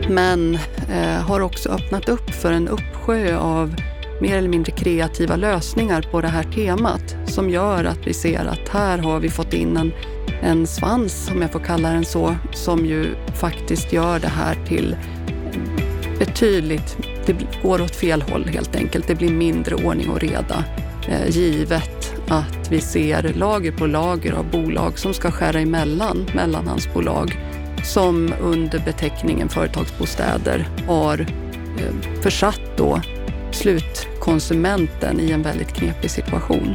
Men har också öppnat upp för en uppsjö av mer eller mindre kreativa lösningar på det här temat som gör att vi ser att här har vi fått in en svans, om jag får kalla den så, som ju faktiskt gör det här till betydligt, det går åt fel håll helt enkelt. Det blir mindre ordning och reda givet att vi ser lager på lager av bolag som ska skära emellan mellanhandsbolag som under beteckningen företagsbostäder har försatt då slutkonsumenten i en väldigt knepig situation.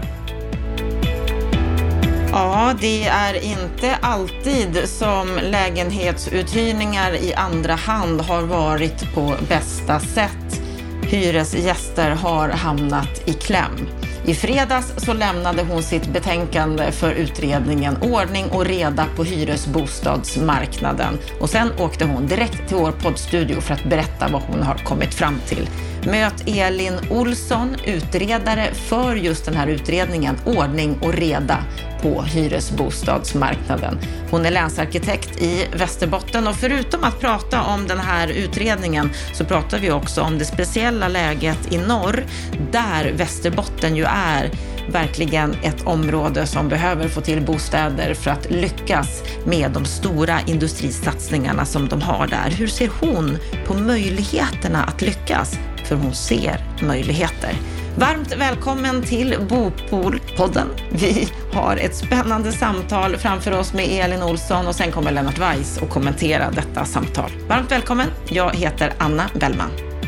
Ja, det är inte alltid som lägenhetsuthyrningar i andra hand har varit på bästa sätt. Hyresgäster har hamnat i kläm. I fredags så lämnade hon sitt betänkande för utredningen Ordning och reda på hyresbostadsmarknaden. Och sen åkte hon direkt till vår poddstudio för att berätta vad hon har kommit fram till. Möt Elin Olsson, utredare för just den här utredningen Ordning och reda på hyresbostadsmarknaden. Hon är länsarkitekt i Västerbotten och förutom att prata om den här utredningen så pratar vi också om det speciella läget i norr där Västerbotten ju är verkligen ett område som behöver få till bostäder för att lyckas med de stora industrisatsningarna som de har där. Hur ser hon på möjligheterna att lyckas? För hon ser möjligheter. Varmt välkommen till Bopolpodden. Vi har ett spännande samtal framför oss med Elin Olsson och sen kommer Lennart Weiss och kommentera detta samtal. Varmt välkommen. Jag heter Anna Bellman.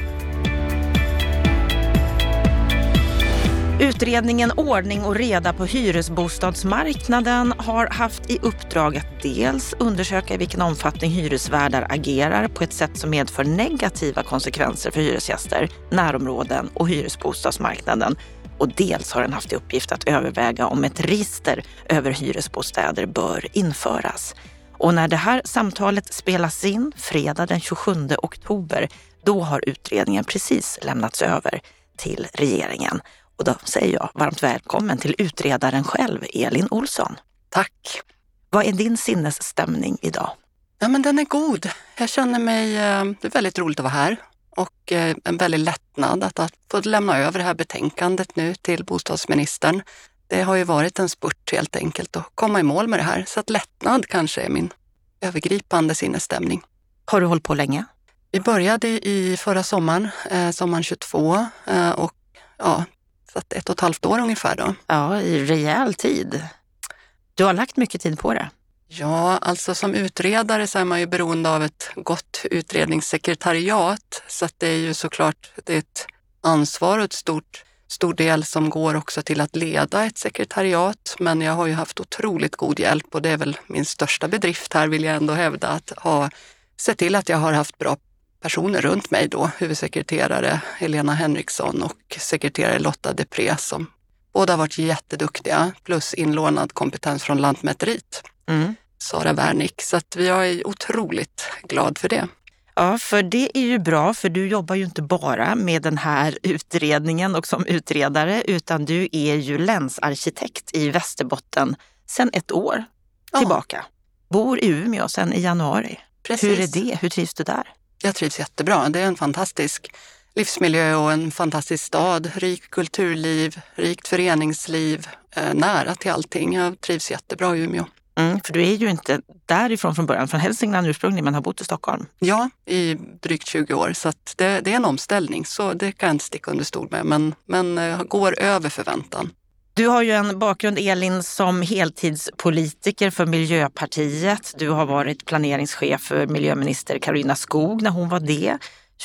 Utredningen Ordning och reda på hyresbostadsmarknaden har haft i uppdrag att dels undersöka i vilken omfattning hyresvärdar agerar på ett sätt som medför negativa konsekvenser för hyresgäster, närområden och hyresbostadsmarknaden. Och dels har den haft i uppgift att överväga om ett register över hyresbostäder bör införas. Och när det här samtalet spelas in fredag den 27 oktober, då har utredningen precis lämnats över till regeringen. Och då säger jag varmt välkommen till utredaren själv, Elin Olsson. Tack. Vad är din sinnesstämning idag? Ja, men den är god. Jag känner mig, det är väldigt roligt att vara här och en väldigt lättnad att få lämna över det här betänkandet nu till bostadsministern. Det har ju varit en spurt helt enkelt att komma i mål med det här. Så att lättnad kanske är min övergripande sinnesstämning. Har du hållit på länge? Vi började i förra sommaren, sommaren 22 och ja, så att 1,5 år ungefär då. Ja, i rejäl tid. Du har lagt mycket tid på det. Ja, alltså som utredare så är man ju beroende av ett gott utredningssekretariat. Så att det är ju såklart det är ett ansvar och ett stor del som går också till att leda ett sekretariat. Men jag har ju haft otroligt god hjälp och det är väl min största bedrift här vill jag ändå hävda. Att ha sett till att jag har haft bra personer runt mig då, huvudsekreterare Helena Henriksson och sekreterare Lotta Depré som båda har varit jätteduktiga plus inlånad kompetens från Lantmäteriet. Sara Wernick, så att jag är otroligt glad för det. Ja, för det är ju bra för du jobbar ju inte bara med den här utredningen och som utredare utan du är ju länsarkitekt i Västerbotten sedan 1 år tillbaka. Bor i Umeå sedan i januari. Precis. Hur är det? Hur trivs du där? Jag trivs jättebra. Det är en fantastisk livsmiljö och en fantastisk stad. Rik kulturliv, rikt föreningsliv, nära till allting. Jag trivs jättebra i Umeå. För du är ju inte därifrån från början, från Hälsingland ursprungligen, men har bott i Stockholm. Ja, i drygt 20 år. Så att det är en omställning, så det kan jag inte sticka under stol med. Men går över förväntan. Du har ju en bakgrund, Elin, som heltidspolitiker för Miljöpartiet. Du har varit planeringschef för miljöminister Karolina Skog när hon var det.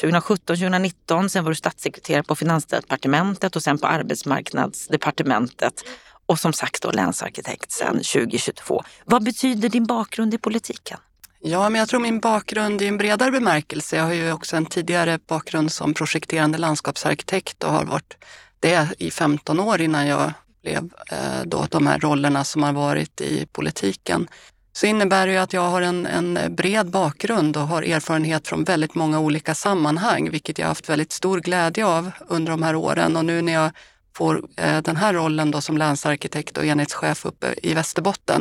2017-2019, sen var du statssekreterare på Finansdepartementet och sen på Arbetsmarknadsdepartementet. Och som sagt då länsarkitekt sedan 2022. Vad betyder din bakgrund i politiken? Ja, men jag tror min bakgrund i en bredare bemärkelse. Jag har ju också en tidigare bakgrund som projekterande landskapsarkitekt och har varit det i 15 år innan jag blev då de här rollerna som har varit i politiken. Så innebär det ju att jag har en bred bakgrund och har erfarenhet från väldigt många olika sammanhang, vilket jag har haft väldigt stor glädje av under de här åren. Och nu när jag får den här rollen då som länsarkitekt och enhetschef uppe i Västerbotten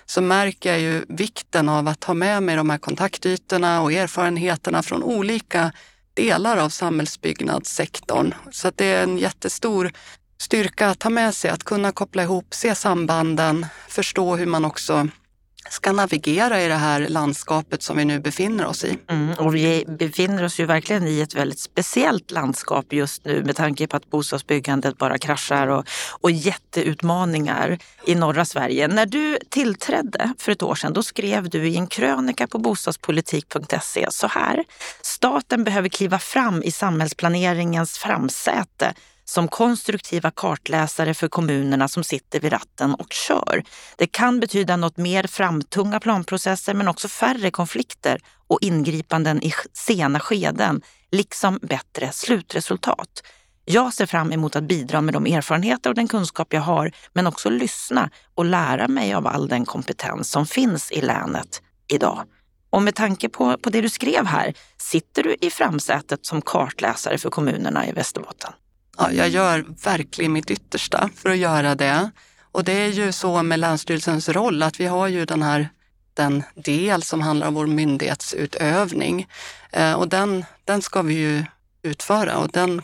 så märker jag ju vikten av att ha med mig de här kontaktytorna och erfarenheterna från olika delar av samhällsbyggnadssektorn. Så att det är en jättestor styrka att ta med sig, att kunna koppla ihop, se sambanden, förstå hur man också ska navigera i det här landskapet som vi nu befinner oss i. Och vi befinner oss ju verkligen i ett väldigt speciellt landskap just nu med tanke på att bostadsbyggandet bara kraschar och jätteutmaningar i norra Sverige. När du tillträdde för ett år sedan, då skrev du i en krönika på bostadspolitik.se så här: staten behöver kliva fram i samhällsplaneringens framsäte som konstruktiva kartläsare för kommunerna som sitter vid ratten och kör. Det kan betyda något mer framtunga planprocesser men också färre konflikter och ingripanden i sena skeden, liksom bättre slutresultat. Jag ser fram emot att bidra med de erfarenheter och den kunskap jag har, men också lyssna och lära mig av all den kompetens som finns i länet idag. Och med tanke på det du skrev här, sitter du i framsätet som kartläsare för kommunerna i Västerbotten? Ja, jag gör verkligen mitt yttersta för att göra det. Och det är ju så med Länsstyrelsens roll att vi har ju den del som handlar om vår myndighetsutövning. Och den ska vi ju utföra och den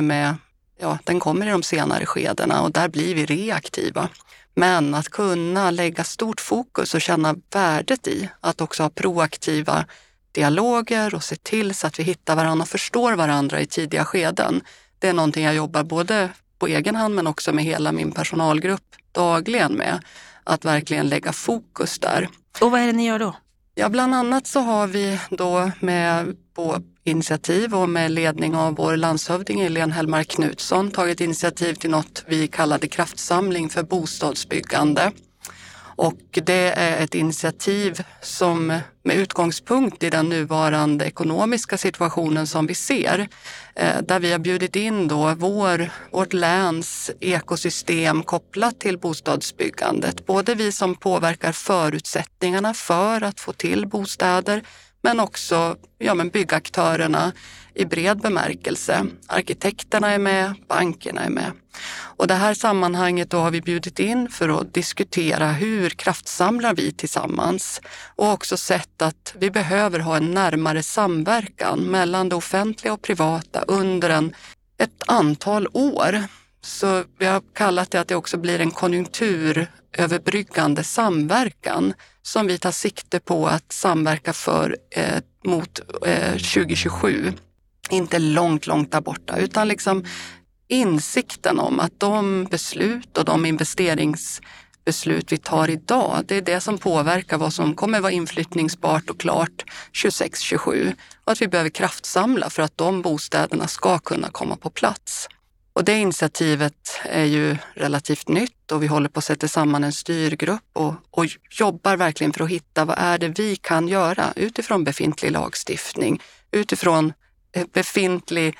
kommer i de senare skedena och där blir vi reaktiva. Men att kunna lägga stort fokus och känna värdet i att också ha proaktiva dialoger och se till så att vi hittar varandra och förstår varandra i tidiga skeden. Det är någonting jag jobbar både på egen hand men också med hela min personalgrupp dagligen med. Att verkligen lägga fokus där. Och vad är det ni gör då? Ja, bland annat så har vi då på initiativ och med ledning av vår landshövding Helene Hellmark Knutsson tagit initiativ till något vi kallade kraftsamling för bostadsbyggande. Och det är ett initiativ som med utgångspunkt i den nuvarande ekonomiska situationen som vi ser, där vi har bjudit in då vårt läns ekosystem kopplat till bostadsbyggandet. Både vi som påverkar förutsättningarna för att få till bostäder, men också byggaktörerna i bred bemärkelse. Arkitekterna är med, bankerna är med. Och det här sammanhanget då har vi bjudit in för att diskutera hur kraftsamlar vi tillsammans och också sett att vi behöver ha en närmare samverkan mellan det offentliga och privata under ett antal år. Så vi har kallat det att det också blir en konjunkturöverbryggande samverkan som vi tar sikte på att samverka för mot 2027. Inte långt där borta, utan liksom insikten om att de beslut och de investeringsbeslut vi tar idag, det är det som påverkar vad som kommer vara inflyttningsbart och klart 26-27. Och att vi behöver kraftsamla för att de bostäderna ska kunna komma på plats. Och det initiativet är ju relativt nytt och vi håller på att sätta samman en styrgrupp och jobbar verkligen för att hitta vad är det vi kan göra utifrån befintlig lagstiftning, utifrån befintlig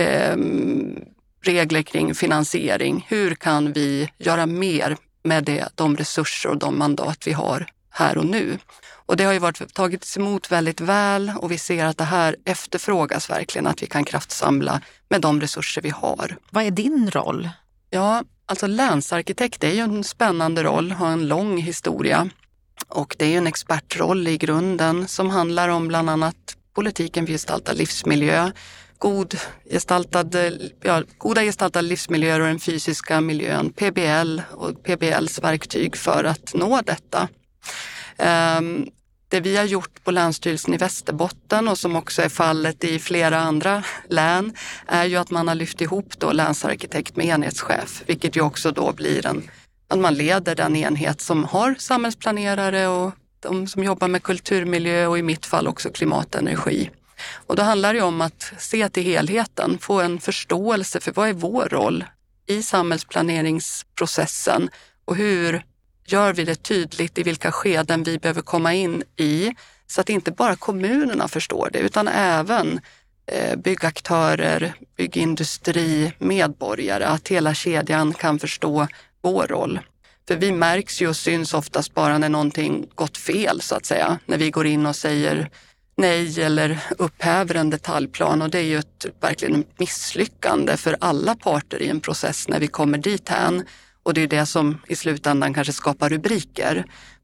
regler kring finansiering. Hur kan vi göra mer med de resurser och de mandat vi har här och nu? Och det har ju tagits emot väldigt väl och vi ser att det här efterfrågas verkligen, att vi kan kraftsamla med de resurser vi har. Vad är din roll? Ja, alltså länsarkitekt är ju en spännande roll, har en lång historia och det är ju en expertroll i grunden som handlar om bland annat politiken för gestaltad livsmiljö, goda gestaltade livsmiljöer och den fysiska miljön, PBL och PBLs verktyg för att nå detta. Det vi har gjort på Länsstyrelsen i Västerbotten och som också är fallet i flera andra län är ju att man har lyft ihop då länsarkitekt med enhetschef, vilket ju också då blir att man leder den enhet som har samhällsplanerare och de som jobbar med kulturmiljö och i mitt fall också klimatenergi. Och då handlar det om att se till helheten, få en förståelse för vad är vår roll i samhällsplaneringsprocessen och hur gör vi det tydligt i vilka skeden vi behöver komma in i så att inte bara kommunerna förstår det utan även byggaktörer, byggindustri, medborgare, att hela kedjan kan förstå vår roll. För vi märks ju och syns oftast bara när någonting gått fel så att säga, när vi går in och säger nej eller upphäver en detaljplan och det är ju verkligen ett misslyckande för alla parter i en process när vi kommer dit hän. Och det är det som i slutändan kanske skapar rubriker.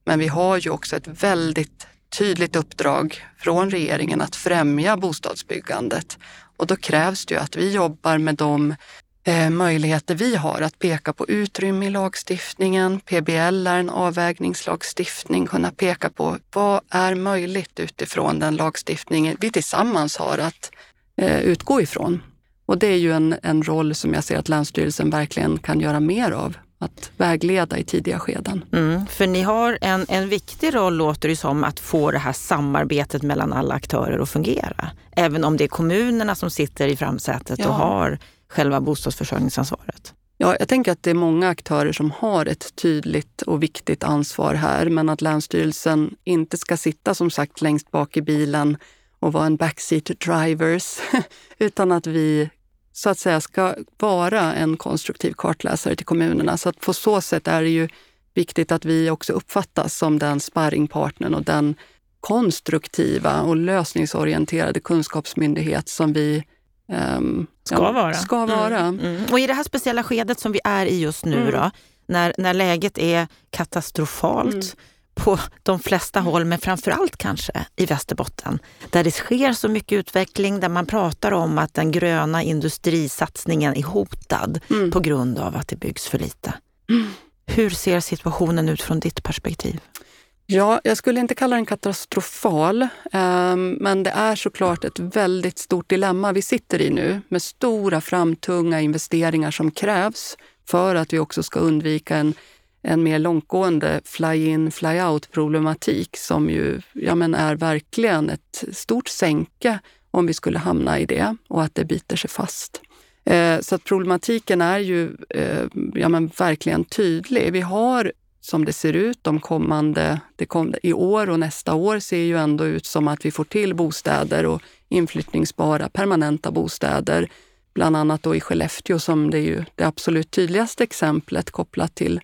Men vi har ju också ett väldigt tydligt uppdrag från regeringen att främja bostadsbyggandet. Och då krävs det ju att vi jobbar med de möjligheter vi har att peka på utrymme i lagstiftningen. PBL är en avvägningslagstiftning, kunna peka på vad är möjligt utifrån den lagstiftningen vi tillsammans har att utgå ifrån. Och det är ju en roll som jag ser att Länsstyrelsen verkligen kan göra mer av, att vägleda i tidiga skeden. För ni har en viktig roll, låter det som, att få det här samarbetet mellan alla aktörer att fungera. Även om det är kommunerna som sitter i framsätet och har själva bostadsförsörjningsansvaret. Ja, jag tänker att det är många aktörer som har ett tydligt och viktigt ansvar här, men att Länsstyrelsen inte ska sitta som sagt längst bak i bilen och vara en backseat drivers, utan att vi så att säga ska vara en konstruktiv kartläsare till kommunerna. Så att på så sätt är det ju viktigt att vi också uppfattas som den sparringpartnern och den konstruktiva och lösningsorienterade kunskapsmyndighet som vi ska vara. Och i det här speciella skedet som vi är i just nu då, när läget är katastrofalt på de flesta håll, men framförallt kanske i Västerbotten, där det sker så mycket utveckling, där man pratar om att den gröna industrisatsningen är hotad på grund av att det byggs för lite. Hur ser situationen ut från ditt perspektiv? Ja, jag skulle inte kalla den katastrofal, men det är såklart ett väldigt stort dilemma vi sitter i nu med stora framtunga investeringar som krävs för att vi också ska undvika en mer långtgående fly-in, fly-out-problematik som ju är verkligen ett stort sänke om vi skulle hamna i det och att det biter sig fast. Så att problematiken är ju verkligen tydlig. Vi har, som det ser ut, i år och nästa år ser ju ändå ut som att vi får till bostäder och inflyttningsbara permanenta bostäder. Bland annat då i Skellefteå som det är ju det absolut tydligaste exemplet kopplat till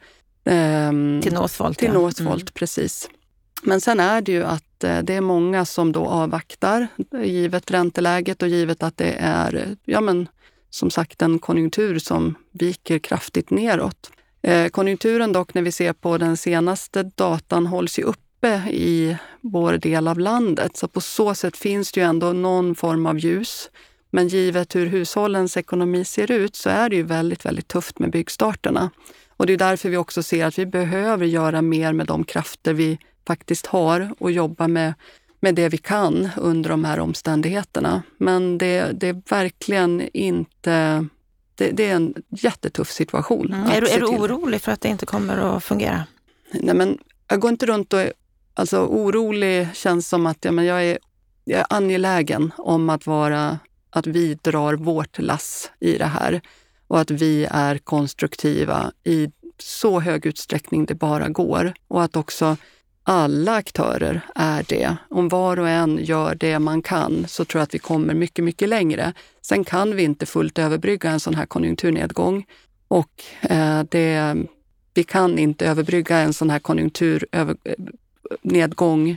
Northvolt, precis. Men sen är det ju att det är många som då avvaktar, givet ränteläget och givet att det är, som sagt, en konjunktur som viker kraftigt neråt. Konjunkturen dock, när vi ser på den senaste datan, hålls ju uppe i vår del av landet. Så på så sätt finns det ju ändå någon form av ljus. Men givet hur hushållens ekonomi ser ut så är det ju väldigt, väldigt tufft med byggstarterna. Och det är därför vi också ser att vi behöver göra mer med de krafter vi faktiskt har och jobba med det vi kan under de här omständigheterna. Men det är verkligen inte... Det är en jättetuff situation. Är du orolig för att det inte kommer att fungera? Nej, men jag går inte runt och... Alltså orolig känns som att jag är angelägen om att vi drar vårt lass i det här. Och att vi är konstruktiva i så hög utsträckning det bara går. Och att också alla aktörer är det. Om var och en gör det man kan så tror jag att vi kommer mycket, mycket längre. Sen kan vi inte fullt överbrygga en sån här konjunkturnedgång. Och vi kan inte överbrygga en sån här konjunkturnedgång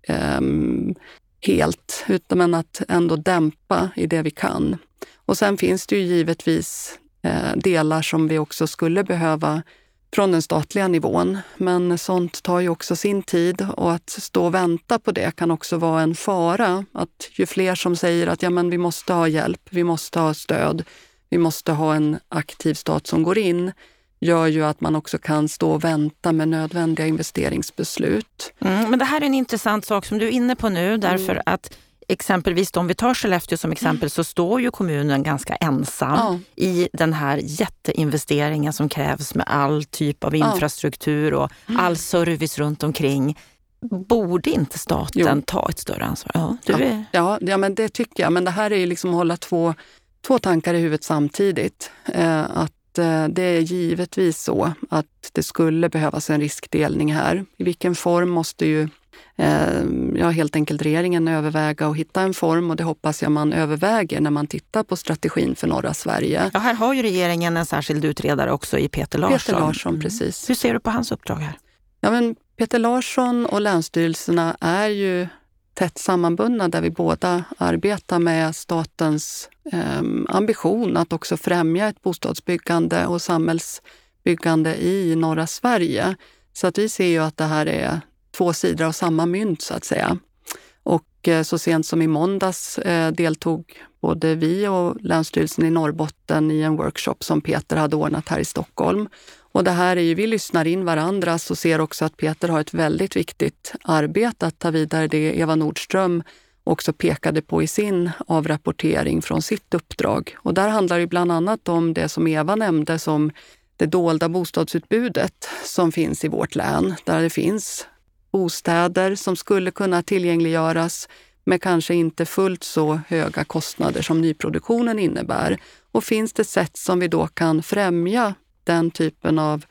helt. Utan att ändå dämpa i det vi kan. Och sen finns det ju givetvis delar som vi också skulle behöva från den statliga nivån. Men sånt tar ju också sin tid och att stå och vänta på det kan också vara en fara. Att ju fler som säger att vi måste ha hjälp, vi måste ha stöd, vi måste ha en aktiv stat som går in, gör ju att man också kan stå och vänta med nödvändiga investeringsbeslut. Men det här är en intressant sak som du är inne på nu, därför att exempelvis om vi tar Skellefteå som exempel så står ju kommunen ganska ensam i den här jätteinvesteringen som krävs med all typ av infrastruktur och all service runt omkring. Borde inte staten ta ett större ansvar? Ja, men det tycker jag. Men det här är ju liksom att hålla två tankar i huvudet samtidigt. Att det är givetvis så att det skulle behövas en riskdelning här. I vilken form måste ju helt enkelt regeringen överväga och hitta en form, och det hoppas jag man överväger när man tittar på strategin för norra Sverige. Ja, här har ju regeringen en särskild utredare också i Peter Larsson. Peter Larsson, precis. Hur ser du på hans uppdrag här? Ja, men Peter Larsson och länsstyrelserna är ju tätt sammanbundna där vi båda arbetar med statens ambition att också främja ett bostadsbyggande och samhällsbyggande i norra Sverige. Så att vi ser ju att det här är två sidor av samma mynt så att säga. Och så sent som i måndags deltog både vi och Länsstyrelsen i Norrbotten i en workshop som Peter hade ordnat här i Stockholm. Och det här är ju, vi lyssnar in varandra och ser också att Peter har ett väldigt viktigt arbete att ta vidare det Eva Nordström också pekade på i sin avrapportering från sitt uppdrag. Och där handlar det bland annat om det som Eva nämnde som det dolda bostadsutbudet som finns i vårt län. Där det finns bostäder som skulle kunna tillgängliggöras med kanske inte fullt så höga kostnader som nyproduktionen innebär. Och finns det sätt som vi då kan främja den typen av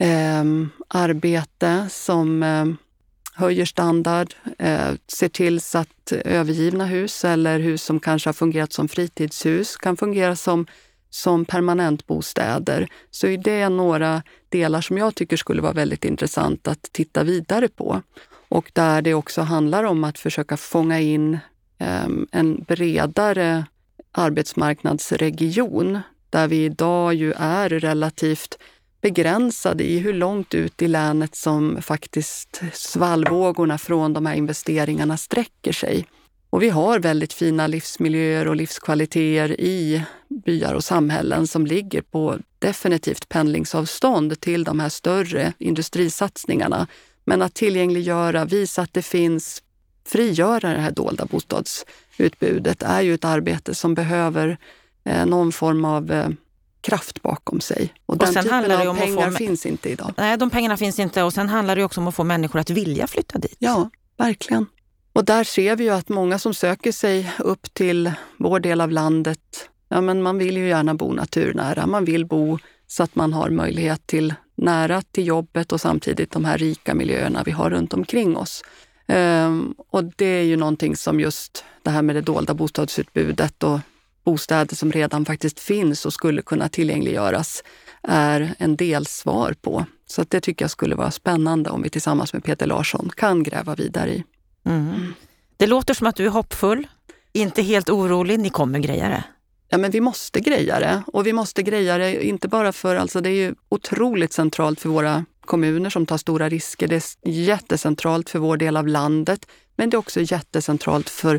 arbete som höjer standard, ser till så att övergivna hus eller hus som kanske har fungerat som fritidshus kan fungera som permanentbostäder. Så är det några delar som jag tycker skulle vara väldigt intressant att titta vidare på. Och där det också handlar om att försöka fånga in en bredare arbetsmarknadsregion där vi idag ju är relativt begränsade i hur långt ut i länet som faktiskt svallvågorna från de här investeringarna sträcker sig. Och vi har väldigt fina livsmiljöer och livskvaliteter i byar och samhällen som ligger på definitivt pendlingsavstånd till de här större industrisatsningarna. Men att tillgängliggöra, visa att det finns, frigöra det här dolda bostadsutbudet är ju ett arbete som behöver någon form av kraft bakom sig. Och den sen typen handlar det av om pengar att få... finns inte idag. Nej, de pengarna finns inte och sen handlar det också om att få människor att vilja flytta dit. Ja, verkligen. Och där ser vi ju att många som söker sig upp till vår del av landet, ja men man vill ju gärna bo naturnära. Man vill bo så att man har möjlighet till nära till jobbet och samtidigt de här rika miljöerna vi har runt omkring oss. Och det är ju någonting som just det här med det dolda bostadsutbudet och bostäder som redan faktiskt finns och skulle kunna tillgängliggöras är en del svar på. Så att det tycker jag skulle vara spännande om vi tillsammans med Peter Larsson kan gräva vidare i. Mm. Det låter som att du är hoppfull, inte helt orolig, ni kommer greja det. Ja, men vi måste greja det. Och vi måste greja det inte bara för, alltså det är ju otroligt centralt för våra kommuner som tar stora risker. Det är jättecentralt för vår del av landet, men det är också jättecentralt för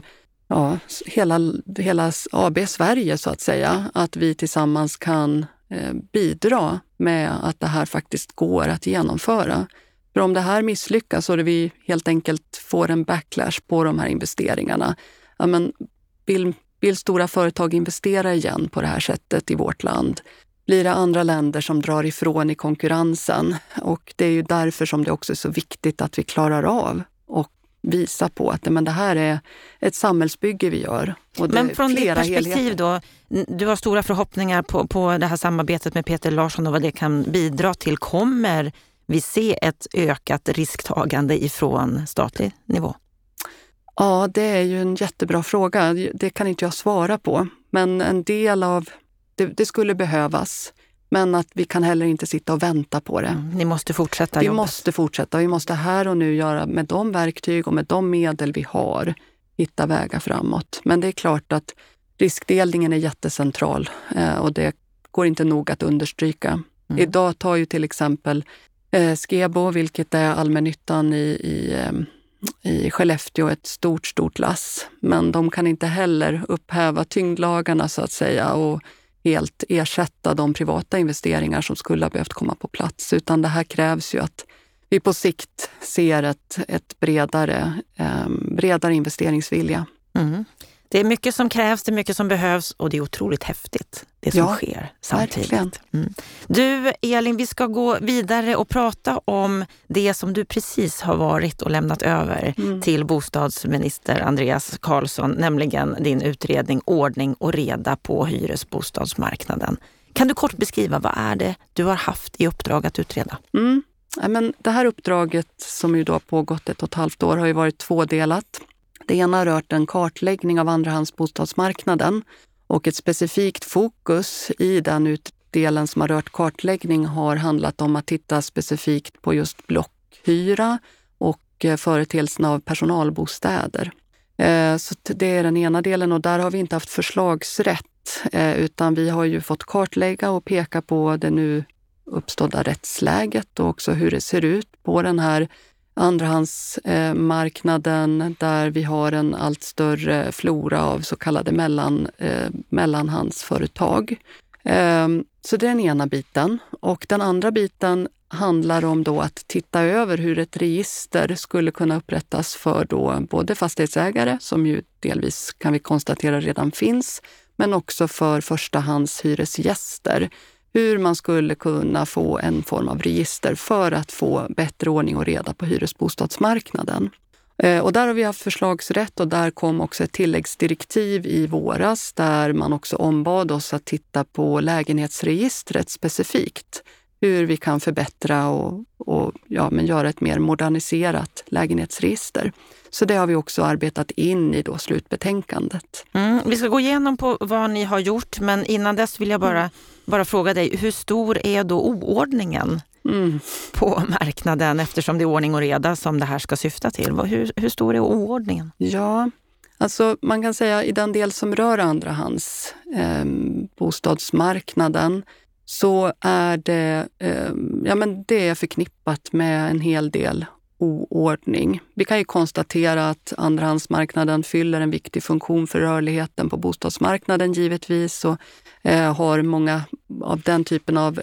hela AB Sverige så att säga. Att vi tillsammans kan bidra med att det här faktiskt går att genomföra. För om det här misslyckas och vi helt enkelt får en backlash på de här investeringarna, ja men vill stora företag investera igen på det här sättet i vårt land? Blir det andra länder som drar ifrån i konkurrensen? Och det är ju därför som det också är så viktigt att vi klarar av och visa på att men det här är ett samhällsbygge vi gör. Och det men från ditt perspektiv helheter. då, du har stora förhoppningar på det här samarbetet med Peter Larsson och vad det kan bidra till. Kommer vi se ett ökat risktagande ifrån statlig nivå? Ja, det är ju en jättebra fråga. Det kan inte jag svara på. Men en del av det skulle behövas. Men att vi kan heller inte sitta och vänta på det. Ni måste fortsätta Vi jobbet. måste fortsätta. Vi måste här och nu göra med de verktyg och med de medel vi har hitta vägar framåt. Men det är klart att riskdelningen är jättecentral och det går inte nog att understryka. Idag tar ju till exempel Skebo, vilket är allmännyttan i Skellefteå, ett stort lass. Men de kan inte heller upphäva tyngdlagarna så att säga och helt ersätta de privata investeringar som skulle ha behövt komma på plats. Utan det här krävs ju att vi på sikt ser ett bredare investeringsvilja. Mm. Det är mycket som krävs, det är mycket som behövs och det är otroligt häftigt det som sker samtidigt. Du Elin, vi ska gå vidare och prata om det som du precis har varit och lämnat över till bostadsminister Andreas Carlson, nämligen din utredning Ordning och reda på hyresbostadsmarknaden. Kan du kort beskriva vad är det du har haft i uppdrag att utreda? Ja, men det här uppdraget som ju då har pågått 1,5 år har ju varit tvådelat. Det ena har rört en kartläggning av andrahandsbostadsmarknaden och ett specifikt fokus i den delen som har rört kartläggning har handlat om att titta specifikt på just blockhyra och företeelsen av personalbostäder. Så det är den ena delen och där har vi inte haft förslagsrätt utan vi har ju fått kartlägga och peka på det nu uppstådda rättsläget och också hur det ser ut på den här andrahandsmarknaden där vi har en allt större flora av så kallade mellanhandsföretag. Så det är den ena biten. Och den andra biten handlar om då att titta över hur ett register skulle kunna upprättas för då både fastighetsägare, som ju delvis kan vi konstatera redan finns, men också för förstahandshyresgäster. Hur man skulle kunna få en form av register för att få bättre ordning och reda på hyresbostadsmarknaden. Och där har vi haft förslagsrätt och där kom också ett tilläggsdirektiv i våras där man också ombad oss att titta på lägenhetsregistret specifikt. Hur vi kan förbättra och göra ett mer moderniserat lägenhetsregister. Så det har vi också arbetat in i då slutbetänkandet. Vi ska gå igenom på vad ni har gjort, men innan dess vill jag bara fråga dig, hur stor är då oordningen på marknaden eftersom det är ordning och reda som det här ska syfta till? Hur stor är oordningen? Ja, alltså man kan säga i den del som rör andrahands bostadsmarknaden så är det, det är förknippat med en hel del oordning. Vi kan ju konstatera att andrahandsmarknaden fyller en viktig funktion för rörligheten på bostadsmarknaden givetvis och har många av den typen av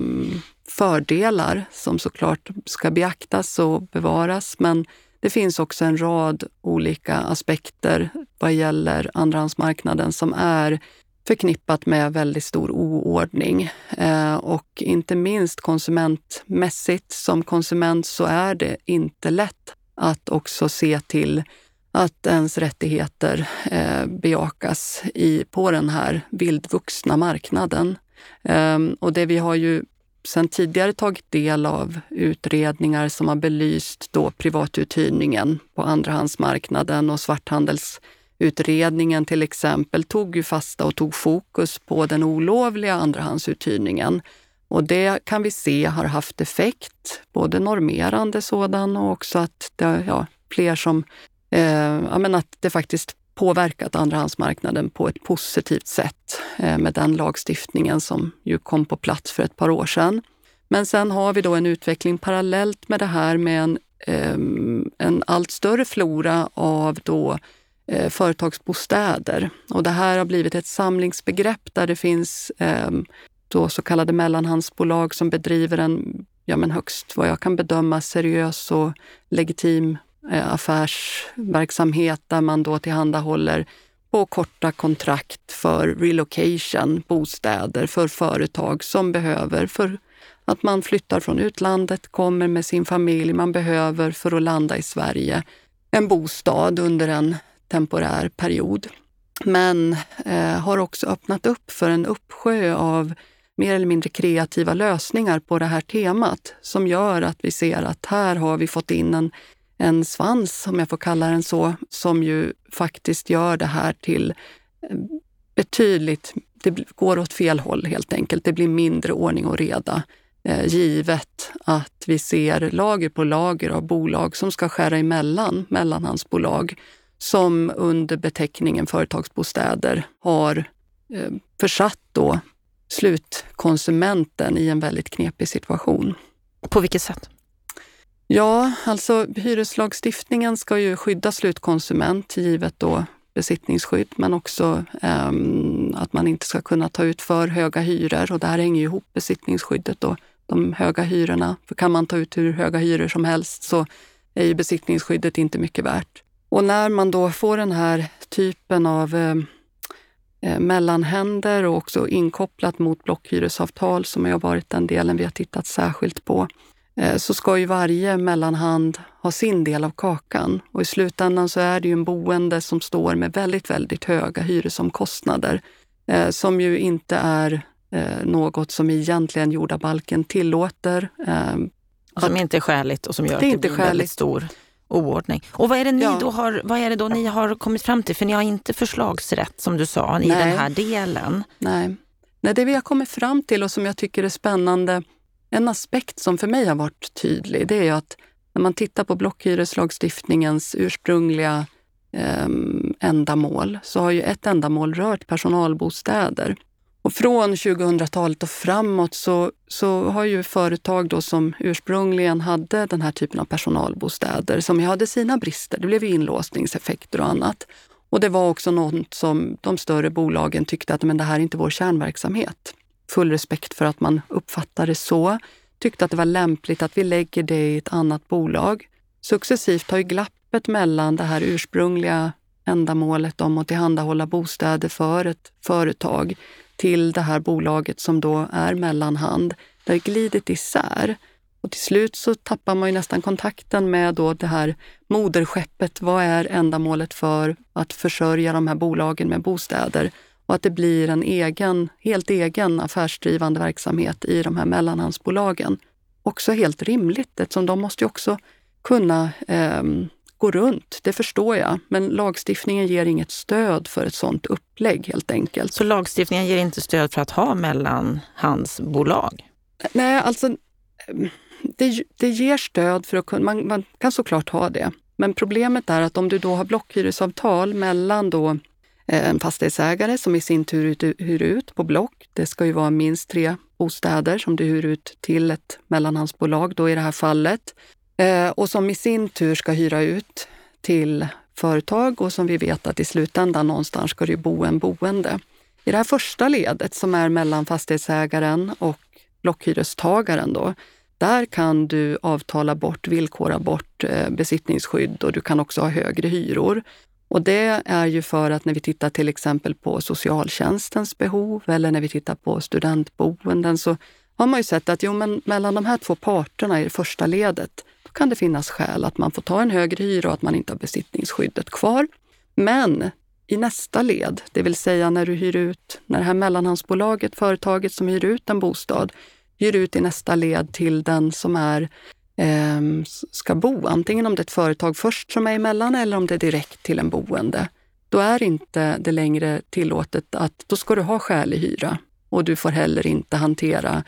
fördelar som såklart ska beaktas och bevaras. Men det finns också en rad olika aspekter vad gäller andrahandsmarknaden som är förknippat med väldigt stor oordning. Och inte minst konsumentmässigt. Som konsument så är det inte lätt att också se till att ens rättigheter bejakas på den här vildvuxna marknaden. Och det vi har ju sedan tidigare tagit del av utredningar som har belyst då privatuthyrningen på andrahandsmarknaden och svarthandelsutredningen till exempel tog ju fasta och tog fokus på den olovliga andrahandsuthyrningen. Och det kan vi se har haft effekt, både normerande sådan och också att det fler som att det faktiskt påverkat andrahandsmarknaden på ett positivt sätt med den lagstiftningen som ju kom på plats för ett par år sedan. Men sen har vi då en utveckling parallellt med det här med en allt större flora av då företagsbostäder. Och det här har blivit ett samlingsbegrepp där det finns då så kallade mellanhandsbolag som bedriver en högst vad jag kan bedöma seriös och legitim affärsverksamhet där man då tillhandahåller på korta kontrakt för relocation, bostäder för företag som behöver för att man flyttar från utlandet, kommer med sin familj, man behöver för att landa i Sverige en bostad under en temporär period. Men har också öppnat upp för en uppsjö av mer eller mindre kreativa lösningar på det här temat som gör att vi ser att här har vi fått in en svans, om jag får kalla den så, som ju faktiskt gör det här till betydligt, det går åt fel håll helt enkelt. Det blir mindre ordning och reda givet att vi ser lager på lager av bolag som ska skära emellan mellanhandsbolag som under beteckningen företagsbostäder har försatt då slutkonsumenten i en väldigt knepig situation. På vilket sätt? Ja, alltså hyreslagstiftningen ska ju skydda slutkonsument givet då besittningsskydd men också att man inte ska kunna ta ut för höga hyror och det här hänger ju ihop besittningsskyddet och de höga hyrorna. För kan man ta ut hur höga hyror som helst så är ju besittningsskyddet inte mycket värt. Och när man då får den här typen av mellanhänder och också inkopplat mot blockhyresavtal som har varit den delen vi har tittat särskilt på så ska ju varje mellanhand ha sin del av kakan. Och i slutändan så är det ju en boende som står med väldigt, väldigt höga hyresomkostnader som ju inte är något som egentligen jordabalken tillåter. Som inte är skäligt och som gör att det blir en väldigt stor oordning. Och vad är det då ni har kommit fram till? För ni har inte förslagsrätt som du sa i den här delen. Nej, det vi har kommit fram till och som jag tycker är spännande, en aspekt som för mig har varit tydlig, det är ju att när man tittar på blockhyreslagstiftningens ursprungliga ändamål så har ju ett ändamål rört personalbostäder. Och från 2000-talet och framåt så har ju företag då som ursprungligen hade den här typen av personalbostäder som ju hade sina brister. Det blev inlåsningseffekter och annat. Och det var också något som de större bolagen tyckte att men det här är inte vår kärnverksamhet. Full respekt för att man uppfattar det så. Tyckte att det var lämpligt att vi lägger det i ett annat bolag. Successivt har ju glappet mellan det här ursprungliga ändamålet om att tillhandahålla bostäder för ett företag till det här bolaget som då är mellanhand. Det har glidit isär. Och till slut så tappar man ju nästan kontakten med då det här moderskeppet. Vad är ändamålet för att försörja de här bolagen med bostäder? Och att det blir en helt egen affärsdrivande verksamhet i de här mellanhandsbolagen. Också helt rimligt eftersom de måste ju också kunna gå runt, det förstår jag. Men lagstiftningen ger inget stöd för ett sådant upplägg helt enkelt. Så lagstiftningen ger inte stöd för att ha mellanhandsbolag? Nej, alltså det ger stöd för att kunna, man kan såklart ha det. Men problemet är att om du då har blockhyresavtal mellan då en fastighetsägare som i sin tur hyr ut på block. Det ska ju vara minst 3 bostäder som du hyr ut till ett mellanhandsbolag då i det här fallet. Och som i sin tur ska hyra ut till företag och som vi vet att i slutändan någonstans ska det bo en boende. I det här första ledet som är mellan fastighetsägaren och blockhyrestagaren då, där kan du avtala bort, villkora bort besittningsskydd och du kan också ha högre hyror. Och det är ju för att när vi tittar till exempel på socialtjänstens behov eller när vi tittar på studentboenden så har man ju sett att mellan de här 2 parterna i det första ledet då kan det finnas skäl att man får ta en högre hyra och att man inte har besittningsskyddet kvar. Men i nästa led, det vill säga när du hyr ut, när det här mellanhandsbolaget, företaget som hyr ut en bostad, hyr ut i nästa led till den som ska bo. Antingen om det är ett företag först som är emellan eller om det är direkt till en boende. Då är inte det längre tillåtet att då ska du ha skälig hyra. Och du får heller inte hantera,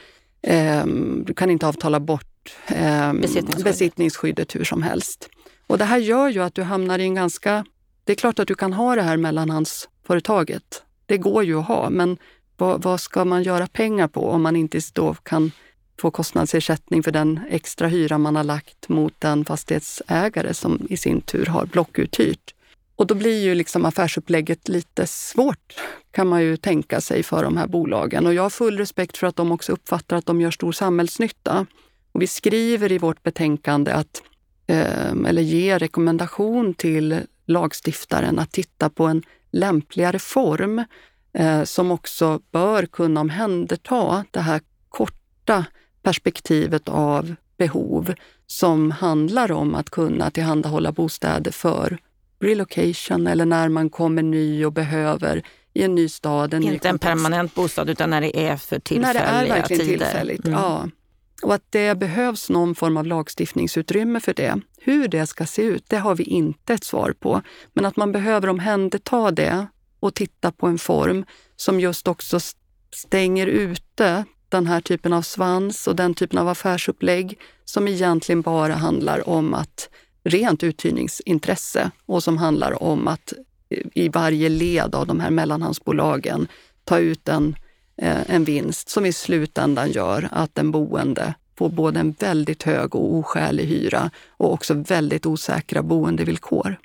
du kan inte avtala bort besittningsskyddet hur som helst. Och det här gör ju att du hamnar i en ganska, det är klart att du kan ha det här mellanhandsföretaget. Det går ju att ha, men vad ska man göra pengar på om man inte då kan få kostnadsersättning för den extra hyra man har lagt mot den fastighetsägare som i sin tur har blockuthyrt. Och då blir ju liksom affärsupplägget lite svårt kan man ju tänka sig för de här bolagen. Och jag har full respekt för att de också uppfattar att de gör stor samhällsnytta. Och vi skriver i vårt betänkande att, eller ger rekommendation till lagstiftaren att titta på en lämpligare form som också bör kunna omhänderta det här korta perspektivet av behov som handlar om att kunna tillhandahålla bostäder för relocation eller när man kommer ny och behöver i en ny stad. Inte en permanent bostad utan när det är för tillfälliga tider. När det är verkligen tillfälligt, ja. Och att det behövs någon form av lagstiftningsutrymme för det. Hur det ska se ut, det har vi inte ett svar på. Men att man behöver omhänderta det och titta på en form som just också stänger ute den här typen av svans och den typen av affärsupplägg som egentligen bara handlar om att rent uthyrningsintresse och som handlar om att i varje led av de här mellanhandsbolagen ta ut en vinst som i slutändan gör att en boende får både en väldigt hög och oskälig hyra och också väldigt osäkra boendevillkor.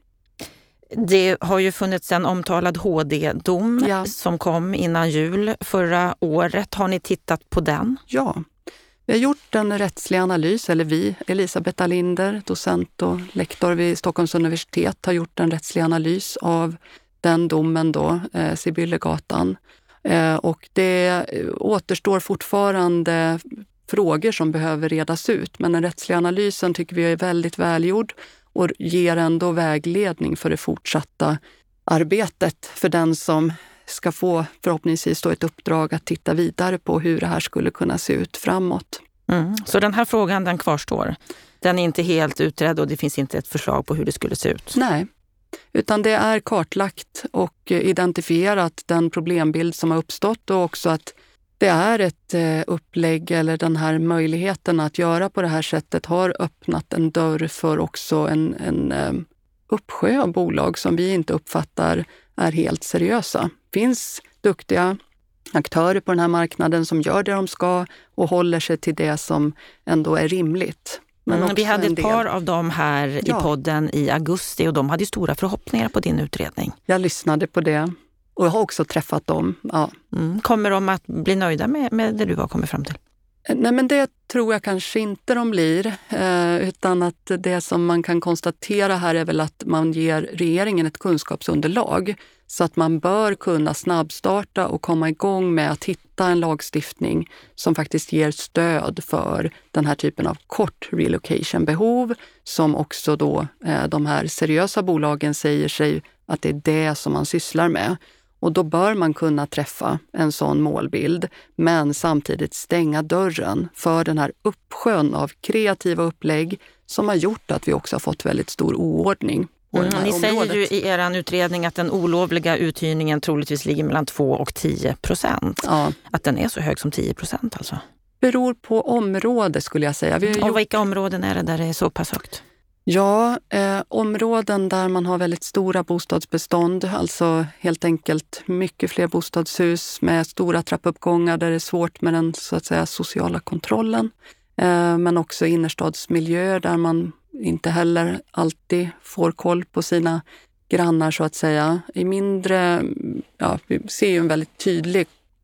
Det har ju funnits en omtalad HD-dom som kom innan jul förra året. Har ni tittat på den? Ja, vi har gjort en rättslig analys, eller vi, Elisabeth Alinder, docent och lektor vid Stockholms universitet, har gjort en rättslig analys av den domen då, Sibyllegatan. Och det återstår fortfarande frågor som behöver redas ut, men den rättsliga analysen tycker vi är väldigt välgjord och ger ändå vägledning för det fortsatta arbetet för den som ska få förhoppningsvis då ett uppdrag att titta vidare på hur det här skulle kunna se ut framåt. Så den här frågan den kvarstår? Den är inte helt utredd och det finns inte ett förslag på hur det skulle se ut? Nej, utan det är kartlagt och identifierat den problembild som har uppstått och också att det är ett upplägg eller den här möjligheten att göra på det här sättet har öppnat en dörr för också en uppsjö av bolag som vi inte uppfattar är helt seriösa. Det finns duktiga aktörer på den här marknaden som gör det de ska och håller sig till det som ändå är rimligt. Men vi hade ett par av dem här i podden i augusti och de hade stora förhoppningar på din utredning. Jag lyssnade på det och jag har också träffat dem. Ja. Kommer de att bli nöjda med det du har kommit fram till? Nej, men det tror jag kanske inte de blir, utan att det som man kan konstatera här är väl att man ger regeringen ett kunskapsunderlag så att man bör kunna snabbstarta och komma igång med att hitta en lagstiftning som faktiskt ger stöd för den här typen av kort relocation-behov som också då de här seriösa bolagen säger sig att det är det som man sysslar med. Och då bör man kunna träffa en sån målbild men samtidigt stänga dörren för den här uppsjön av kreativa upplägg som har gjort att vi också har fått väldigt stor oordning. Ni säger ju i er utredning att den olovliga uthyrningen troligtvis ligger mellan 2 och 10%. Ja. Att den är så hög som 10% alltså? Beror på område skulle jag säga. Och vilka områden är det där det är så pass högt? Ja, områden där man har väldigt stora bostadsbestånd, alltså helt enkelt mycket fler bostadshus med stora trappuppgångar där det är svårt med den så att säga sociala kontrollen. Men också innerstadsmiljöer där man inte heller alltid får koll på sina grannar så att säga. I mindre, vi ser ju en väldigt tydlig,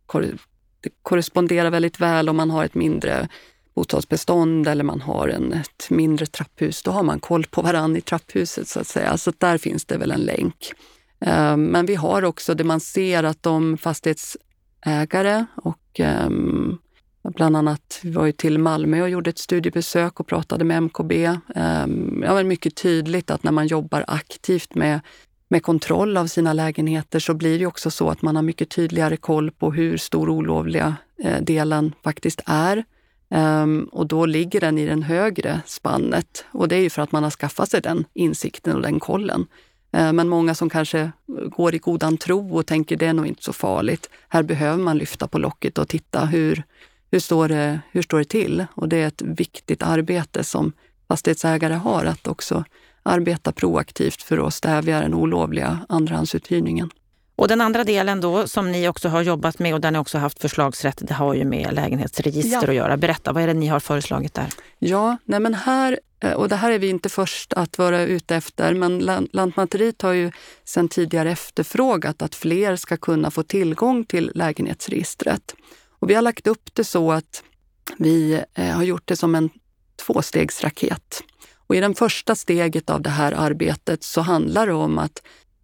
det korresponderar väldigt väl om man har ett mindre bostadsbestånd eller man har ett mindre trapphus, då har man koll på varann i trapphuset så att säga. Så där finns det väl en länk. Men vi har också det man ser att de fastighetsägare och bland annat, vi var ju till Malmö och gjorde ett studiebesök och pratade med MKB. Det var mycket tydligt att när man jobbar aktivt med kontroll av sina lägenheter så blir det också så att man har mycket tydligare koll på hur stor olovliga delen faktiskt är. Och då ligger den i den högre spannet och det är ju för att man har skaffat sig den insikten och den kollen. Men många som kanske går i godan tro och tänker det är nog inte så farligt. Här behöver man lyfta på locket och titta hur står det till. Och det är ett viktigt arbete som fastighetsägare har att också arbeta proaktivt för att stävja den olovliga andrahandsuthyrningen. Och den andra delen då som ni också har jobbat med och där ni också haft förslagsrätt, det har ju med lägenhetsregister att göra. Berätta, vad är det ni har föreslagit där? Ja, nej men här, och det här är vi inte först att vara ute efter, men Lantmäteriet har ju sedan tidigare efterfrågat att fler ska kunna få tillgång till lägenhetsregistret. Och vi har lagt upp det så att vi har gjort det som en 2-stegsraket. Och i den första steget av det här arbetet så handlar det om att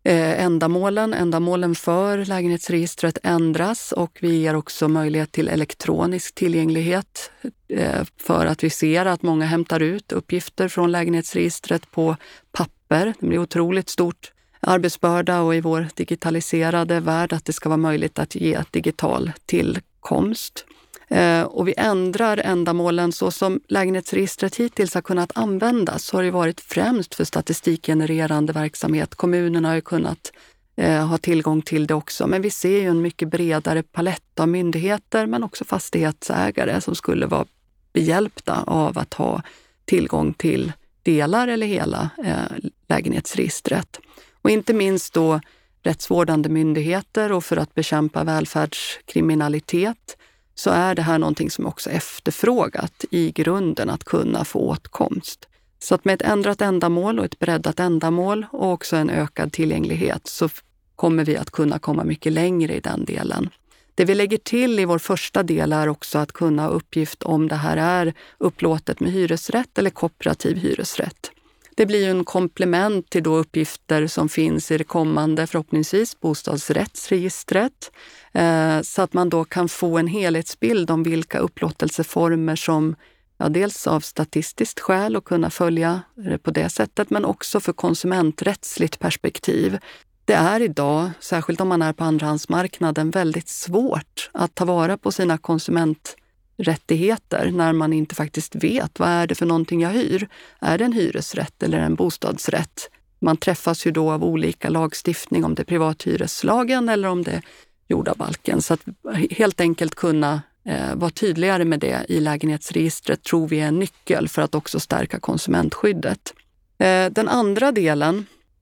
ändamålen för lägenhetsregistret ändras och vi ger också möjlighet till elektronisk tillgänglighet för att vi ser att många hämtar ut uppgifter från lägenhetsregistret på papper. Det blir otroligt stort arbetsbörda och i vår digitaliserade värld att det ska vara möjligt att ge digital tillkomst. Och vi ändrar ändamålen så som lägenhetsregistret hittills har kunnat användas. Så har det varit främst för statistikgenererande verksamhet. Kommunerna har ju kunnat ha tillgång till det också. Men vi ser ju en mycket bredare palett av myndigheter men också fastighetsägare som skulle vara behjälpta av att ha tillgång till delar eller hela lägenhetsregistret. Och inte minst då rättsvårdande myndigheter och för att bekämpa välfärdskriminalitet så är det här någonting som också är efterfrågat i grunden att kunna få åtkomst. Så att med ett ändrat ändamål och ett breddat ändamål och också en ökad tillgänglighet så kommer vi att kunna komma mycket längre i den delen. Det vi lägger till i vår första del är också att kunna ha uppgift om det här är upplåtet med hyresrätt eller kooperativ hyresrätt. Det blir ju en komplement till då uppgifter som finns i det kommande, förhoppningsvis, bostadsrättsregistret. Så att man då kan få en helhetsbild om vilka upplåtelseformer som, dels av statistiskt skäl och kunna följa det på det sättet, men också för konsumenträttsligt perspektiv. Det är idag, särskilt om man är på andrahandsmarknaden, väldigt svårt att ta vara på sina konsumenträttigheter när man inte faktiskt vet vad är det för någonting jag hyr. Är det en hyresrätt eller en bostadsrätt? Man träffas ju då av olika lagstiftning, om det är privathyreslagen eller om det är jordabalken. Så att helt enkelt kunna vara tydligare med det i lägenhetsregistret tror vi är en nyckel för att också stärka konsumentskyddet. Den andra delen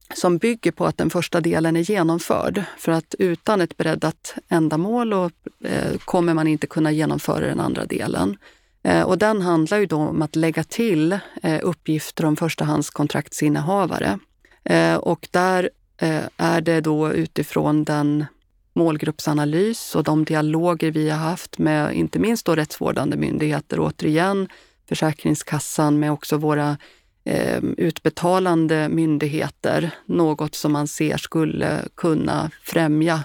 som bygger på att den första delen är genomförd. För att utan ett breddat ändamål kommer man inte kunna genomföra den andra delen. Och den handlar ju då om att lägga till uppgifter om förstahandskontraktinnehavare. Och där är det då utifrån den målgruppsanalys och de dialoger vi har haft med inte minst då rättsvårdande myndigheter, återigen Försäkringskassan med också våra utbetalande myndigheter, något som man ser skulle kunna främja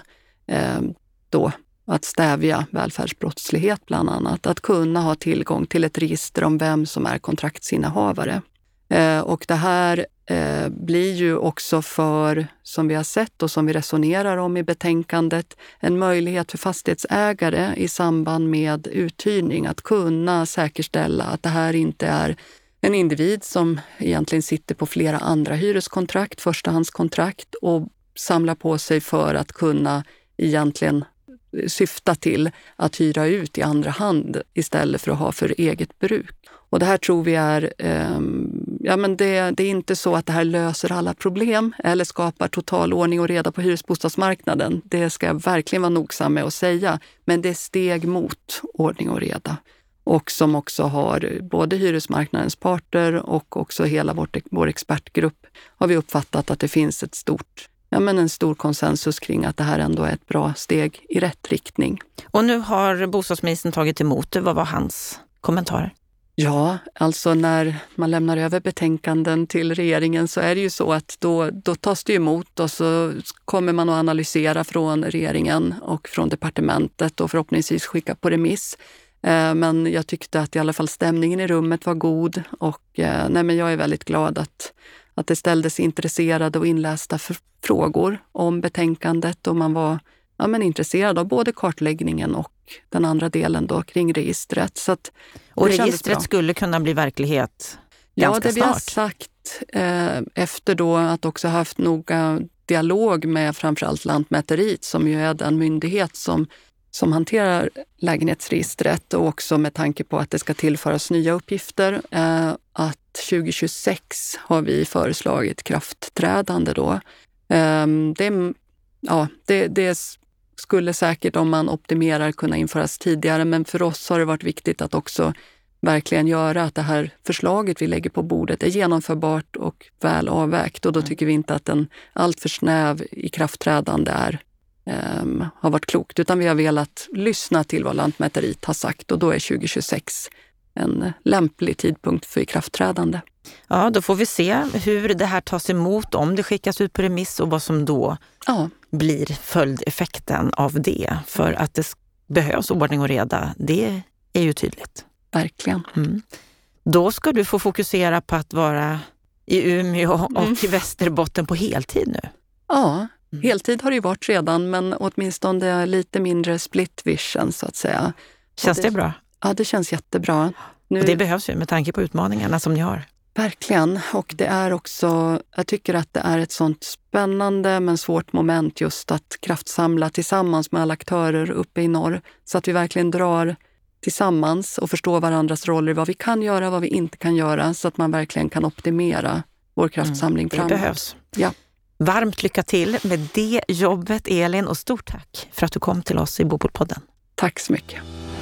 då att stävja välfärdsbrottslighet bland annat. Att kunna ha tillgång till ett register om vem som är kontraktsinnehavare. Och det här blir ju också för, som vi har sett och som vi resonerar om i betänkandet, en möjlighet för fastighetsägare i samband med uthyrning att kunna säkerställa att det här inte är en individ som egentligen sitter på flera andra hyreskontrakt, förstahandskontrakt och samlar på sig för att kunna egentligen syfta till att hyra ut i andra hand istället för att ha för eget bruk. Och det här tror vi är, det är inte så att det här löser alla problem eller skapar total ordning och reda på hyresbostadsmarknaden. Det ska jag verkligen vara nogsam med att säga. Men det är steg mot ordning och reda. Och som också har både hyresmarknadens parter och också hela vår expertgrupp har vi uppfattat att det finns en stor konsensus kring att det här ändå är ett bra steg i rätt riktning. Och nu har bostadsministern tagit emot det. Vad var hans kommentarer? Ja, alltså när man lämnar över betänkanden till regeringen så är det ju så att då tas det emot och så kommer man att analysera från regeringen och från departementet och förhoppningsvis skicka på remiss. Men jag tyckte att i alla fall stämningen i rummet var god och jag är väldigt glad att det ställdes intresserade och inlästa frågor om betänkandet och man var intresserad av både kartläggningen och den andra delen då kring registret. Så att och registret skulle kunna bli verklighet ganska snart? Ja, det vi har sagt efter då att också haft noga dialog med framförallt Lantmäteriet som ju är den myndighet som hanterar lägenhetsregistret och också med tanke på att det ska tillföras nya uppgifter. Att 2026 har vi föreslagit kraftträdande då. Det skulle säkert om man optimerar kunna införas tidigare, men för oss har det varit viktigt att också verkligen göra att det här förslaget vi lägger på bordet är genomförbart och väl avvägt och då tycker vi inte att en alltför snäv ikraftträdande har varit klokt, utan vi har velat lyssna till vad Lantmäteriet har sagt och då är 2026 en lämplig tidpunkt för ikraftträdande. Ja, då får vi se hur det här tas emot, om det skickas ut på remiss och vad som då blir följdeffekten av det. För att det behövs ordning och reda, det är ju tydligt. Verkligen. Mm. Då ska du få fokusera på att vara i Umeå och i Västerbotten på heltid nu. Ja, heltid har det ju varit redan, men åtminstone lite mindre split vision så att säga. Känns det bra? Ja, det känns jättebra. Och det behövs ju med tanke på utmaningarna som ni har. Verkligen. Och det är också, jag tycker att det är ett sånt spännande men svårt moment just att kraftsamla tillsammans med alla aktörer uppe i norr. Så att vi verkligen drar tillsammans och förstår varandras roller, vad vi kan göra, vad vi inte kan göra. Så att man verkligen kan optimera vår kraftsamling framåt. Det behövs. Ja. Varmt lycka till med det jobbet, Elin, och stort tack för att du kom till oss i Bopolpodden. Tack så mycket.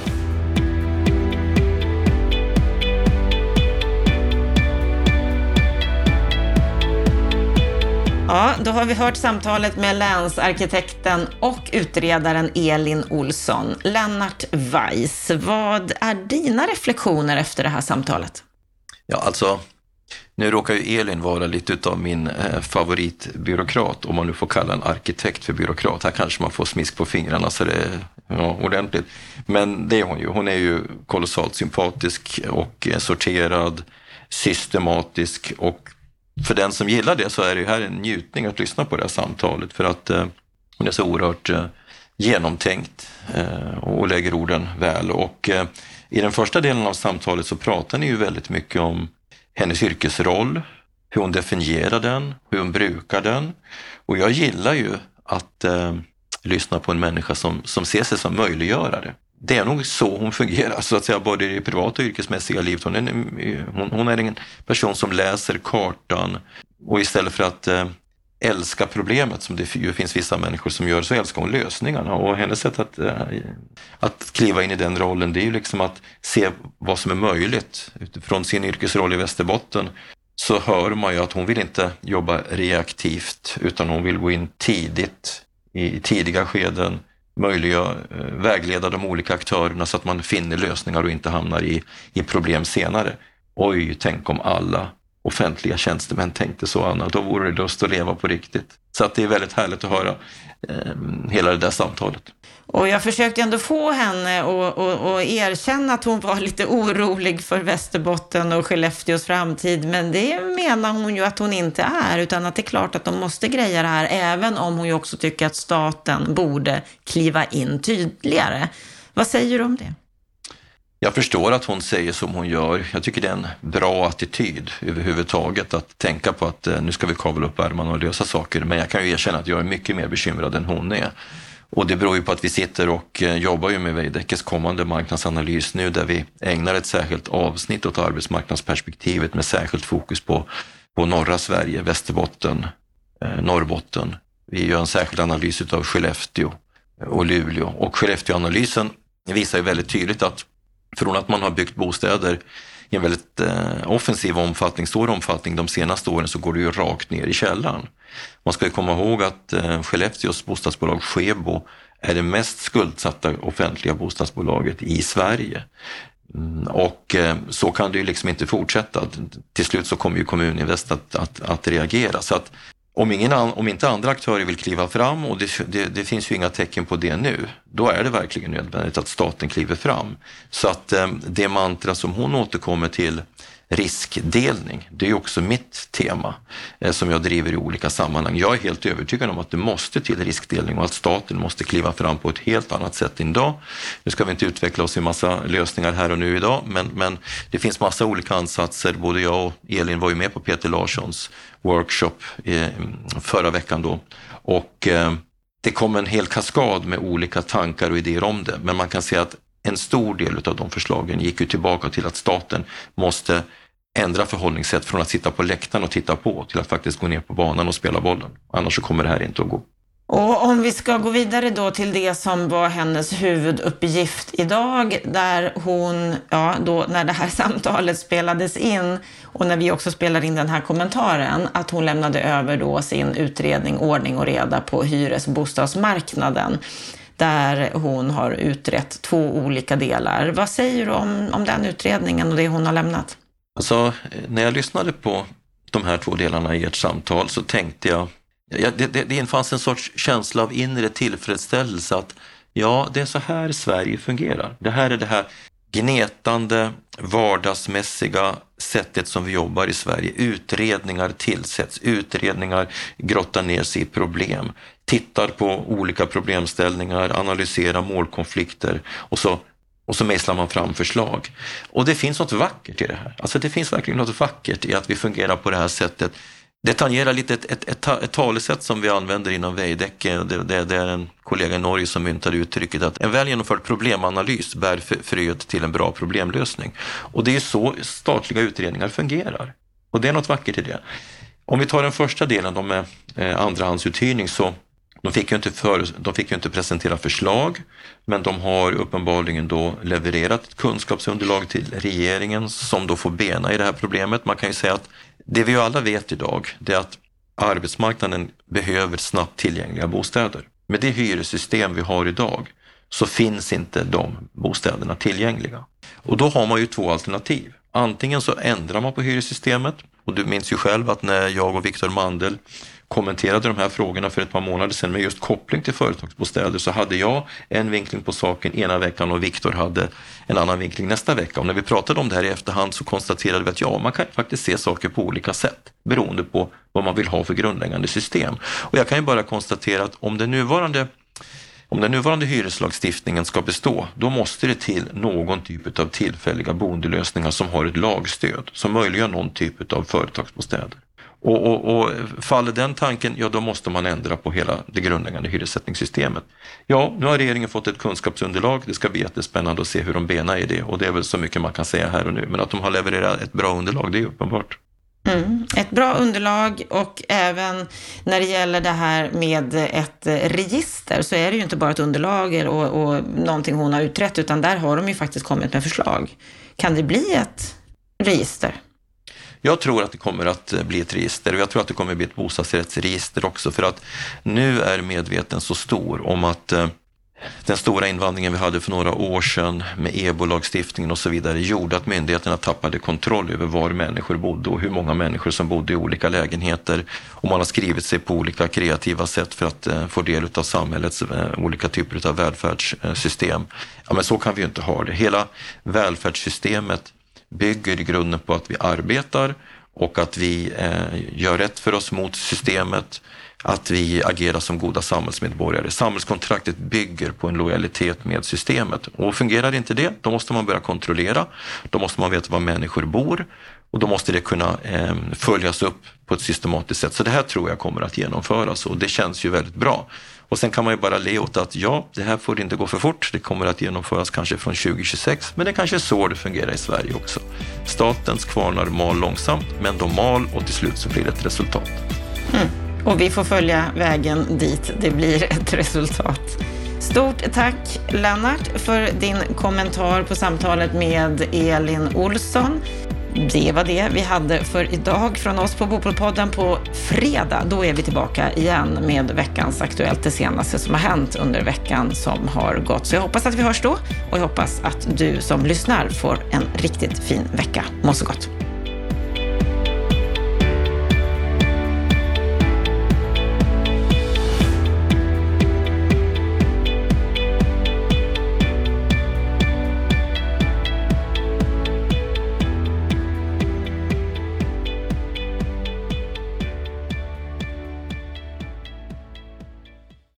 Ja, då har vi hört samtalet med länsarkitekten och utredaren Elin Olsson. Lennart Weiss, vad är dina reflektioner efter det här samtalet? Ja, alltså, nu råkar ju Elin vara lite utav min favoritbyråkrat, om man nu får kalla en arkitekt för byråkrat. Här kanske man får smisk på fingrarna så det är ordentligt. Men det är hon ju. Hon är ju kolossalt sympatisk och sorterad, systematisk, och för den som gillar det så är det här en njutning att lyssna på det här samtalet, för att hon är så oerhört genomtänkt och lägger orden väl. Och i den första delen av samtalet så pratar ni ju väldigt mycket om hennes yrkesroll, hur hon definierar den, hur hon brukar den. Och jag gillar ju att lyssna på en människa som ser sig som möjliggörare. Det är nog så hon fungerar, så att säga, både i det privata och yrkesmässiga livet. Hon är en person som läser kartan och istället för att älska problemet, som det ju finns vissa människor som gör, så älskar hon lösningarna. Och hennes sätt att kliva in i den rollen, det är ju liksom att se vad som är möjligt. Utifrån sin yrkesroll i Västerbotten så hör man ju att hon vill inte jobba reaktivt, utan hon vill gå in tidigt, i tidiga skeden, vägleda de olika aktörerna så att man finner lösningar och inte hamnar i problem senare. Oj, tänk om alla offentliga tjänstemän tänkte så, Anna, då vore det lust att leva på riktigt. Så att det är väldigt härligt att höra hela det där samtalet. Och jag försökte ändå få henne att erkänna att hon var lite orolig för Västerbotten och Skellefteås framtid, men det menar hon ju att hon inte är, utan att det är klart att de måste greja det här, även om hon ju också tycker att staten borde kliva in tydligare. Vad säger du om det? Jag förstår att hon säger som hon gör. Jag tycker det är en bra attityd överhuvudtaget att tänka på att nu ska vi kavla upp ärmarna och lösa saker. Men jag kan ju erkänna att jag är mycket mer bekymrad än hon är. Och det beror ju på att vi sitter och jobbar ju med Veidekkes kommande marknadsanalys nu, där vi ägnar ett särskilt avsnitt åt arbetsmarknadsperspektivet med särskilt fokus på norra Sverige, Västerbotten, Norrbotten. Vi gör en särskild analys av Skellefteå och Luleå. Och Skellefteå-analysen visar ju väldigt tydligt att från att man har byggt bostäder i en väldigt offensiv omfattning, stor omfattning de senaste åren, så går det ju rakt ner i källaren. Man ska ju komma ihåg att Skellefteås bostadsbolag Skebo är det mest skuldsatta offentliga bostadsbolaget i Sverige. Och så kan det ju liksom inte fortsätta. Till slut så kommer ju Kommuninvest att reagera. Så att om inte andra aktörer vill kliva fram, och det finns ju inga tecken på det nu, då är det verkligen nödvändigt att staten kliver fram. Så att det mantra som hon återkommer till, riskdelning, det är ju också mitt tema som jag driver i olika sammanhang. Jag är helt övertygad om att det måste till riskdelning och att staten måste kliva fram på ett helt annat sätt än idag. Nu ska vi inte utveckla oss i massa lösningar här och nu idag, men det finns massa olika ansatser. Både jag och Elin var ju med på Peter Larssons workshop förra veckan då, och det kom en hel kaskad med olika tankar och idéer om det, men man kan säga att en stor del av de förslagen gick ju tillbaka till att staten måste ändra förhållningssätt från att sitta på läktaren och titta på till att faktiskt gå ner på banan och spela bollen. Annars så kommer det här inte att gå. Och om vi ska gå vidare då till det som var hennes huvuduppgift idag, där hon, då när det här samtalet spelades in och när vi också spelade in den här kommentaren, att hon lämnade över då sin utredning Ordning och reda på hyresbostadsmarknaden, där hon har utrett 2 olika delar. Vad säger du om den utredningen och det hon har lämnat? Alltså, när jag lyssnade på de här 2 delarna i ert samtal så tänkte jag, det fanns en sorts känsla av inre tillfredsställelse att det är så här Sverige fungerar. Det här är det här gnetande, vardagsmässiga sättet som vi jobbar i Sverige. Utredningar tillsätts, utredningar grottar ner sig i problem, tittar på olika problemställningar, analyserar målkonflikter och så mejslar man fram förslag. Och det finns något vackert i det här. Alltså det finns verkligen något vackert i att vi fungerar på det här sättet. Det tangerar lite ett talesätt som vi använder inom Veidekke. Det är en kollega i Norge som myntade uttrycket att en väl genomförd problemanalys bär fröet till en bra problemlösning. Och det är så statliga utredningar fungerar. Och det är något vackert i det. Om vi tar den första delen, de med andrahandsuthyrning, så de fick ju inte presentera förslag, men de har uppenbarligen då levererat ett kunskapsunderlag till regeringen som då får bena i det här problemet. Man kan ju säga att det vi ju alla vet idag, det är att arbetsmarknaden behöver snabbt tillgängliga bostäder. Med det hyressystem vi har idag så finns inte de bostäderna tillgängliga. Och då har man ju 2 alternativ. Antingen så ändrar man på hyressystemet, och du minns ju själv att när jag och Viktor Mandel kommenterade de här frågorna för ett par månader sedan med just koppling till företagsbostäder, så hade jag en vinkling på saken ena veckan och Viktor hade en annan vinkling nästa vecka. Och när vi pratade om det här i efterhand så konstaterade vi att man kan faktiskt se saker på olika sätt beroende på vad man vill ha för grundläggande system. Och jag kan ju bara konstatera att om den nuvarande hyreslagstiftningen ska bestå, då måste det till någon typ av tillfälliga boendelösningar som har ett lagstöd, som möjliggör någon typ av företagsbostäder. Och faller den tanken, då måste man ändra på hela det grundläggande hyressättningssystemet. Nu har regeringen fått ett kunskapsunderlag, det ska bli jättespännande att se hur de benar i det, och det är väl så mycket man kan säga här och nu, men att de har levererat ett bra underlag, det är uppenbart. Ett bra underlag, och även när det gäller det här med ett register så är det ju inte bara ett underlag och någonting hon har utrett, utan där har de ju faktiskt kommit med förslag. Kan det bli ett register? Jag tror att det kommer att bli ett register, och jag tror att det kommer att bli ett bostadsrättsregister också, för att nu är medveten så stor om att den stora invandringen vi hade för några år sedan med EBO-lagstiftningen och så vidare gjorde att myndigheterna tappade kontroll över var människor bodde och hur många människor som bodde i olika lägenheter, och man har skrivit sig på olika kreativa sätt för att få del av samhällets olika typer av välfärdssystem. Ja, men så kan vi ju inte ha det. Hela välfärdssystemet bygger i grunden på att vi arbetar och att vi gör rätt för oss mot systemet, att vi agerar som goda samhällsmedborgare. Samhällskontraktet bygger på en lojalitet med systemet, och fungerar inte det, då måste man börja kontrollera, då måste man veta var människor bor, och då måste det kunna följas upp på ett systematiskt sätt. Så det här tror jag kommer att genomföras, och det känns ju väldigt bra. Och sen kan man ju bara le åt att ja, det här får inte gå för fort. Det kommer att genomföras kanske från 2026, men det kanske är så det fungerar i Sverige också. Statens kvarnar mal långsamt, men de mal, och till slut så blir det ett resultat. Och vi får följa vägen dit det blir ett resultat. Stort tack Lennart för din kommentar på samtalet med Elin Olsson. Det var det vi hade för idag från oss på Bopolpodden. På fredag, då är vi tillbaka igen med veckans Aktuellt, det senaste som har hänt under veckan som har gått. Så jag hoppas att vi hörs då, och jag hoppas att du som lyssnar får en riktigt fin vecka. Må så gott!